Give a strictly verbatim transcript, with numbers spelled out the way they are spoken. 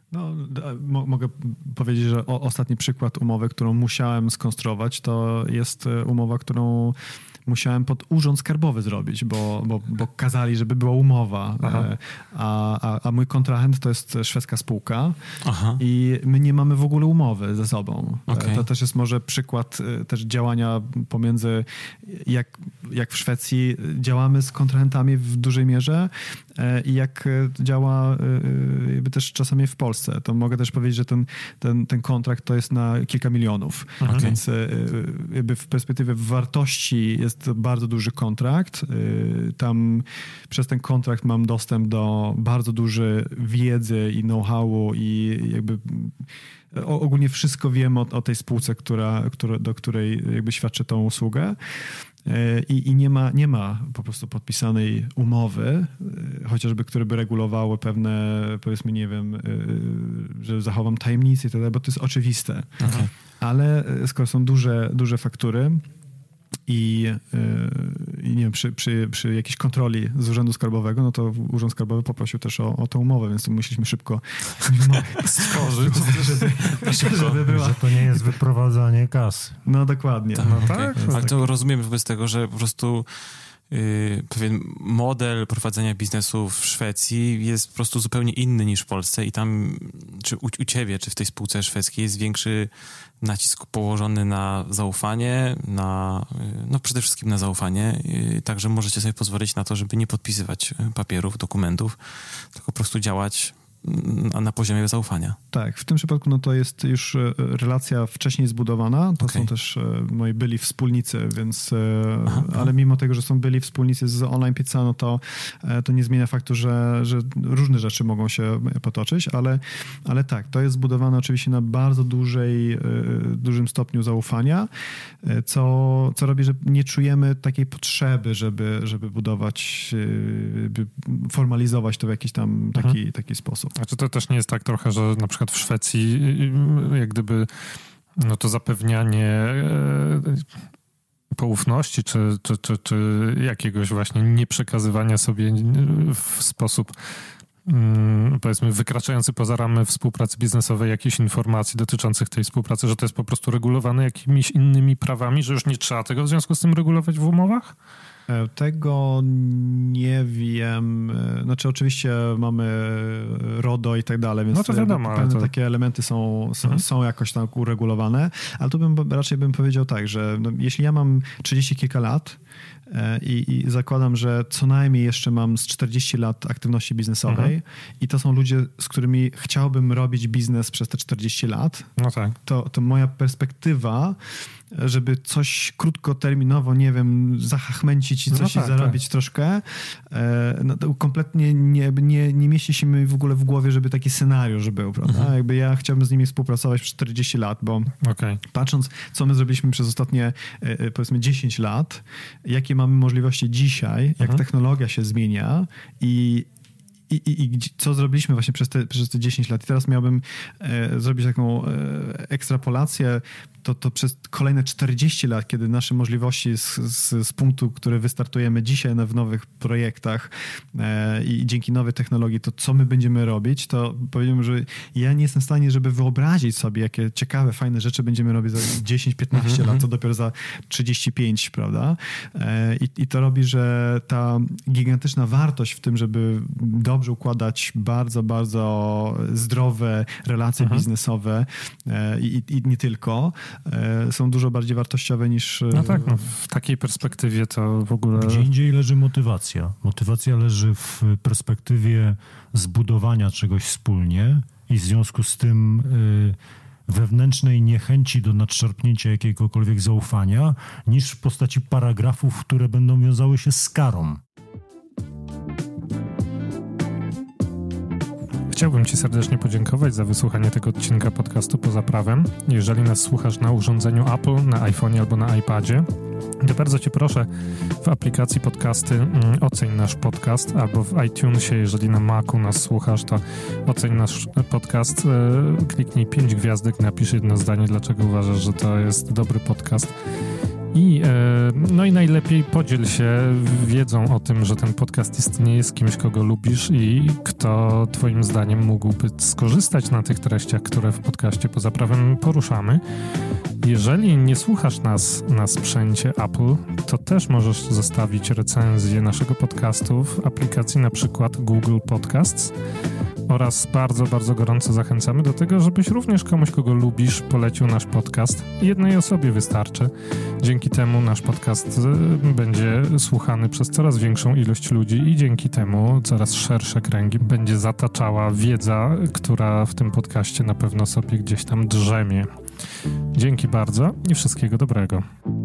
No, mo- mogę powiedzieć, że o, ostatni przykład umowy, którą musiałem skonstruować, to jest umowa, którą musiałem pod urząd skarbowy zrobić, bo, bo, bo kazali, żeby była umowa. A, a, a mój kontrahent to jest szwedzka spółka. Aha. I my nie mamy w ogóle umowy ze sobą. Okay. To też jest może przykład też działania pomiędzy, jak, jak w Szwecji działamy z kontrahentami w dużej mierze i jak działa jakby też czasami w Polsce. To mogę też powiedzieć, że ten, ten, ten kontrakt to jest na kilka milionów. Okay. Więc jakby w perspektywie wartości jest bardzo duży kontrakt. Tam przez ten kontrakt mam dostęp do bardzo dużej wiedzy i know-howu i jakby ogólnie wszystko wiem o, o tej spółce, która, która, do której jakby świadczę tą usługę. I, i nie, ma, nie ma po prostu podpisanej umowy, chociażby, które by regulowały pewne, powiedzmy, nie wiem, że zachowam tajemnicę i tak dalej, bo to jest oczywiste. Okay. Ale skoro są duże, duże faktury, I, i nie wiem, przy, przy, przy jakiejś kontroli z Urzędu Skarbowego, no to Urząd Skarbowy poprosił też o, o tę umowę, więc musieliśmy szybko stworzyć, żeby, szybko, żeby była... Że to nie jest wyprowadzanie kas. No dokładnie. Tak, no, okay. tak? Ale to rozumiem wobec tego, że po prostu yy, pewien model prowadzenia biznesu w Szwecji jest po prostu zupełnie inny niż w Polsce i tam, czy u, u ciebie, czy w tej spółce szwedzkiej jest większy nacisk położony na zaufanie, na, no przede wszystkim na zaufanie, także możecie sobie pozwolić na to, żeby nie podpisywać papierów, dokumentów, tylko po prostu działać na poziomie zaufania. Tak, w tym przypadku no to jest już relacja wcześniej zbudowana, to okay. są też moi byli wspólnicy, więc aha, ale mimo tego, że są byli wspólnicy z Online Pizza, no to, to nie zmienia faktu, że, że różne rzeczy mogą się potoczyć, ale, ale tak, to jest zbudowane oczywiście na bardzo dużej, dużym stopniu zaufania, co, co robi, że nie czujemy takiej potrzeby, żeby, żeby budować, by formalizować to w jakiś tam taki, mhm. taki sposób. Znaczy to też nie jest tak trochę, że na przykład w Szwecji jak gdyby no to zapewnianie poufności czy, czy, czy, czy jakiegoś właśnie nieprzekazywania sobie w sposób powiedzmy wykraczający poza ramy współpracy biznesowej jakichś informacji dotyczących tej współpracy, że to jest po prostu regulowane jakimiś innymi prawami, że już nie trzeba tego w związku z tym regulować w umowach? Tego nie wiem. Znaczy oczywiście mamy RODO i tak dalej, więc no to wiadomo, pewne to... takie elementy są, są, mhm. są jakoś tam uregulowane, ale tu bym raczej bym powiedział tak, że no, jeśli ja mam trzydzieści kilka lat i, i zakładam, że co najmniej jeszcze mam z czterdzieści lat aktywności biznesowej mhm. i to są ludzie, z którymi chciałbym robić biznes przez te czterdzieści lat, no tak. to, to moja perspektywa, żeby coś krótkoterminowo, nie wiem, zachachmęcić i coś no tak, i zarobić tak. troszkę, no to kompletnie nie, nie, nie mieści się mi w ogóle w głowie, żeby taki scenariusz był, prawda? Mhm. Jakby ja chciałbym z nimi współpracować przez czterdzieści lat, bo okay. patrząc, co my zrobiliśmy przez ostatnie, powiedzmy, dziesięć lat, jakie mamy możliwości dzisiaj, jak mhm. technologia się zmienia i I, i, I co zrobiliśmy właśnie przez te, przez te dziesięć lat. I teraz miałbym e, zrobić taką e, ekstrapolację, to, to przez kolejne czterdzieści lat, kiedy nasze możliwości z, z, z punktu, który wystartujemy dzisiaj w nowych projektach e, i dzięki nowej technologii, to co my będziemy robić, to powiem, że ja nie jestem w stanie, żeby wyobrazić sobie, jakie ciekawe, fajne rzeczy będziemy robić za dziesięć piętnaście lat, to dopiero za trzydzieści pięć, prawda? E, i, I to robi, że ta gigantyczna wartość w tym, żeby do dobrze układać bardzo, bardzo zdrowe relacje mhm. biznesowe e, i, i nie tylko, e, są dużo bardziej wartościowe niż... No tak, no, w takiej perspektywie to w ogóle... Gdzie indziej leży motywacja. Motywacja leży w perspektywie zbudowania czegoś wspólnie i w związku z tym y, wewnętrznej niechęci do nadszarpnięcia jakiegokolwiek zaufania, niż w postaci paragrafów, które będą wiązały się z karą. Chciałbym Ci serdecznie podziękować za wysłuchanie tego odcinka podcastu Poza Prawem. Jeżeli nas słuchasz na urządzeniu Apple, na iPhone'ie albo na iPadzie, to bardzo Cię proszę w aplikacji podcasty mm, oceń nasz podcast, albo w iTunesie, jeżeli na Macu nas słuchasz, to oceń nasz podcast, e, kliknij pięć gwiazdek, napisz jedno zdanie, dlaczego uważasz, że to jest dobry podcast I, no i najlepiej podziel się wiedzą o tym, że ten podcast istnieje, z kimś, kogo lubisz i kto twoim zdaniem mógłby skorzystać na tych treściach, które w podcaście Poza Prawem poruszamy. Jeżeli nie słuchasz nas na sprzęcie Apple, to też możesz zostawić recenzję naszego podcastu w aplikacji na przykład Google Podcasts oraz bardzo, bardzo gorąco zachęcamy do tego, żebyś również komuś, kogo lubisz, polecił nasz podcast. Jednej osobie wystarczy. Dzięki temu nasz podcast będzie słuchany przez coraz większą ilość ludzi i dzięki temu coraz szersze kręgi będzie zataczała wiedza, która w tym podcaście na pewno sobie gdzieś tam drzemie. Dzięki bardzo i wszystkiego dobrego.